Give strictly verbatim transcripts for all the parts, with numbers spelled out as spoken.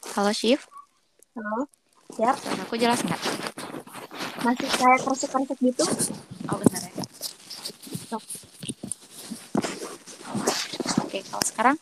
Halo Shiv, Halo, siap. suaraku jelas nggak? Masih kayak keresek-keresek gitu. Oh benar ya. Sok. Oke, kalau sekarang?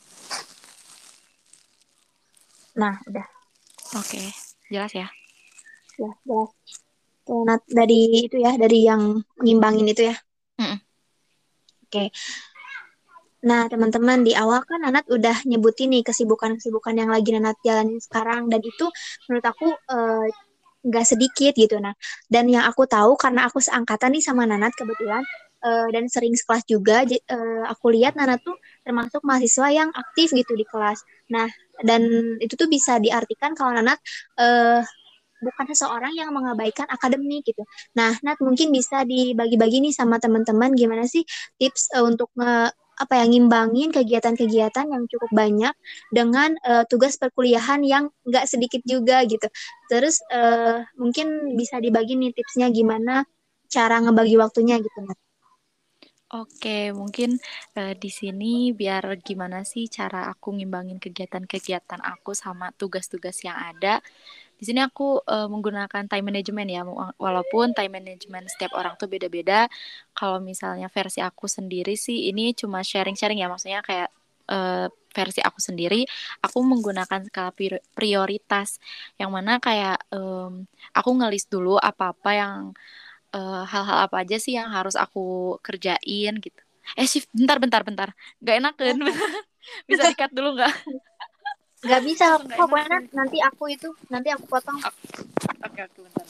Nah, udah. Oke, jelas ya. Ya, jelas. Oke, nah, dari itu ya, dari yang ngimbangin itu ya. Mm-mm. Oke. Nah, teman-teman, di awal kan Nanat udah nyebutin nih kesibukan-kesibukan yang lagi Nanat jalanin sekarang. Dan itu menurut aku eh, nggak sedikit gitu. Nah, dan yang aku tahu karena aku seangkatan nih sama Nanat kebetulan, eh, dan sering sekelas juga, j- eh, aku lihat Nanat tuh termasuk mahasiswa yang aktif gitu di kelas. Nah, dan itu tuh bisa diartikan kalau Nanat eh, bukan seseorang yang mengabaikan akademik gitu. Nah, Nat mungkin bisa dibagi-bagi nih sama teman-teman gimana sih tips eh, untuk nge apa ya ngimbangin kegiatan-kegiatan yang cukup banyak dengan eh, tugas perkuliahan yang nggak sedikit juga gitu. Terus eh, mungkin bisa dibagi nih tipsnya gimana cara ngebagi waktunya gitu, Nat. Oke, mungkin eh, di sini biar gimana sih cara aku ngimbangin kegiatan-kegiatan aku sama tugas-tugas yang ada. Di sini aku eh, menggunakan time management ya, wa- walaupun time management setiap orang tuh beda-beda. Kalau misalnya versi aku sendiri sih, ini cuma sharing-sharing ya, maksudnya kayak eh, versi aku sendiri, aku menggunakan skala prior- prioritas, yang mana kayak em, aku ngelis dulu apa-apa yang eh, hal-hal apa aja sih yang harus aku kerjain gitu. Eh, shift, bentar, bentar, bentar. Gak enakan. Apa? Bisa di-cut dulu nggak? Nggak bisa Nggak kok, enakan. Nat. Nanti aku itu, nanti aku potong. Oke, oke, bentar.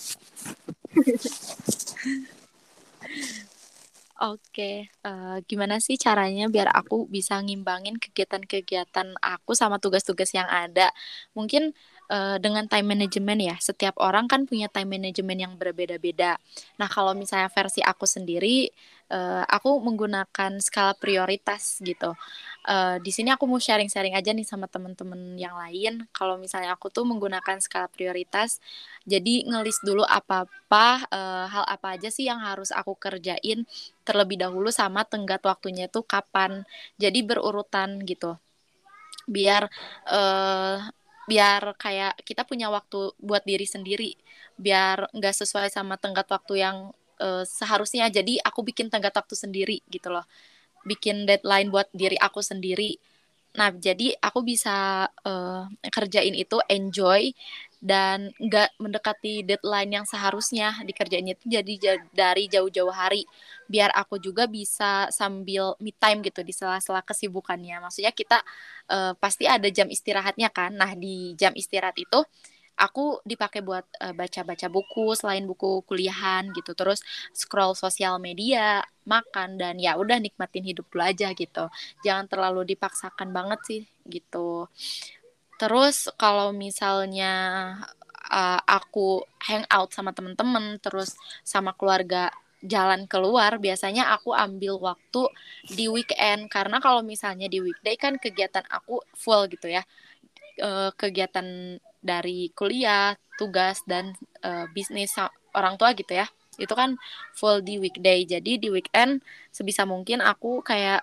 Oke, eh, gimana sih caranya biar aku bisa ngimbangin kegiatan-kegiatan aku sama tugas-tugas yang ada? Mungkin eh, dengan time management ya, setiap orang kan punya time management yang berbeda-beda. Nah, kalau misalnya versi aku sendiri, eh, aku menggunakan skala prioritas gitu. Eh, di sini aku mau sharing-sharing aja nih sama teman-teman yang lain. Kalau misalnya aku tuh menggunakan skala prioritas, jadi ngelis dulu apa-apa, eh, hal apa aja sih yang harus aku kerjain terlebih dahulu sama tenggat waktunya itu kapan. Jadi berurutan gitu. Biar eh biar kayak kita punya waktu buat diri sendiri. Biar nggak sesuai sama tenggat waktu yang eh, seharusnya. Jadi aku bikin tenggat waktu sendiri gitu loh. Bikin deadline buat diri aku sendiri. Nah, jadi aku bisa eh, kerjain itu enjoy dan nggak mendekati deadline yang seharusnya dikerjainnya itu jadi ja- dari jauh-jauh hari. Biar aku juga bisa sambil me time gitu di sela-sela kesibukannya. Maksudnya kita eh, pasti ada jam istirahatnya kan. Nah, di jam istirahat itu aku dipakai buat eh, baca-baca buku selain buku kuliahan gitu. Terus scroll sosial media, makan dan ya udah nikmatin hidup dulu aja gitu. Jangan terlalu dipaksakan banget sih gitu. Terus kalau misalnya uh, aku hang out sama temen-temen, terus sama keluarga jalan keluar, biasanya aku ambil waktu di weekend karena kalau misalnya di weekday kan kegiatan aku full gitu ya. Eh, kegiatan dari kuliah, tugas dan eh, bisnis orang tua gitu ya. Itu kan full di weekday. Jadi di weekend sebisa mungkin aku kayak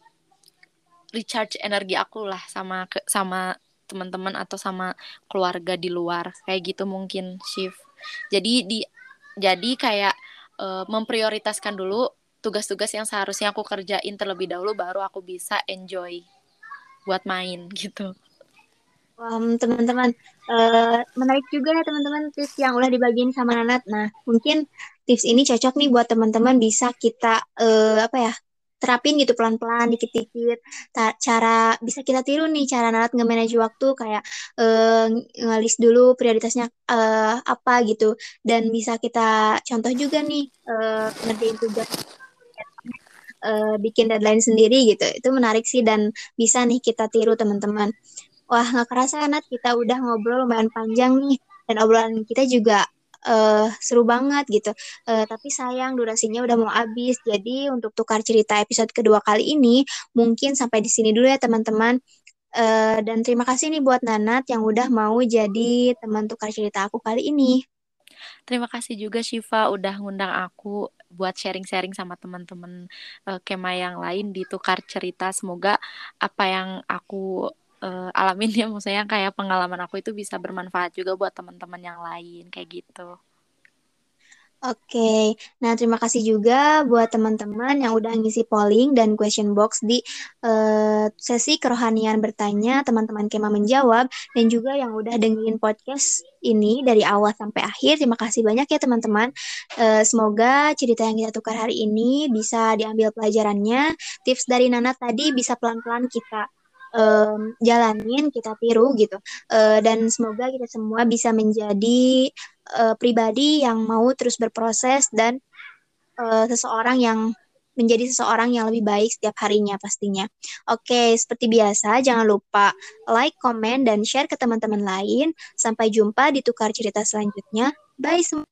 recharge energi aku lah sama ke, sama teman-teman atau sama keluarga di luar kayak gitu mungkin shift jadi di jadi kayak eh, memprioritaskan dulu tugas-tugas yang seharusnya aku kerjain terlebih dahulu baru aku bisa enjoy buat main gitu. Um, teman-teman, eh, menarik juga ya teman-teman tips yang udah dibagiin sama Nanat. Nah, mungkin tips ini cocok nih buat teman-teman bisa kita eh, apa ya terapin gitu pelan-pelan, dikit-dikit. Ta- Cara bisa kita tiru nih cara Nanat nge-manage waktu kayak eh, ngelis dulu prioritasnya eh, apa gitu, dan bisa kita contoh juga nih eh, ngerjain tugas eh, bikin deadline sendiri gitu. Itu menarik sih dan bisa nih kita tiru teman-teman. Wah, nggak kerasa ya, Nat, kita udah ngobrol lumayan panjang nih. Dan obrolan kita juga eh, seru banget gitu. Eh, tapi sayang durasinya udah mau habis. Jadi untuk tukar cerita episode kedua kali ini, mungkin sampai di sini dulu ya teman-teman. Eh, dan terima kasih nih buat Nanat yang udah mau jadi teman tukar cerita aku kali ini. Terima kasih juga Shiva udah ngundang aku buat sharing-sharing sama teman-teman eh, Kema yang lain di tukar cerita. Semoga apa yang aku uh, alamin ya, maksudnya kayak pengalaman aku itu bisa bermanfaat juga buat teman-teman yang lain kayak gitu. Oke, nah terima kasih juga buat teman-teman yang udah ngisi polling dan question box di eh, sesi kerohanian bertanya, teman-teman Kema menjawab, dan juga yang udah dengerin podcast ini dari awal sampai akhir. Terima kasih banyak ya teman-teman. Eh, semoga cerita yang kita tukar hari ini bisa diambil pelajarannya. Tips dari Nana tadi bisa pelan-pelan kita em, jalanin, kita tiru gitu. Eh, dan semoga kita semua bisa menjadi eh, pribadi yang mau terus berproses dan eh, seseorang yang menjadi seseorang yang lebih baik setiap harinya pastinya. Oke, seperti biasa, jangan lupa like, comment, dan share ke teman-teman lain. Sampai jumpa di tukar cerita selanjutnya. Bye semua.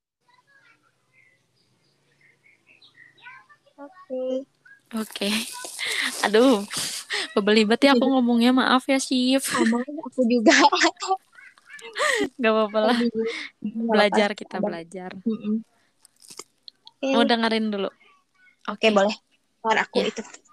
Oke. Oke. Aduh, bebelibet ya aku ngomongnya, maaf ya Syif. Sama aku juga. Gak apa-apa lah, Tadi nggak apa-apa. belajar kita Ada. belajar. Mm-mm. Mau Oke, dengerin dulu. oke Oke, boleh. Keluar aku ya. itu.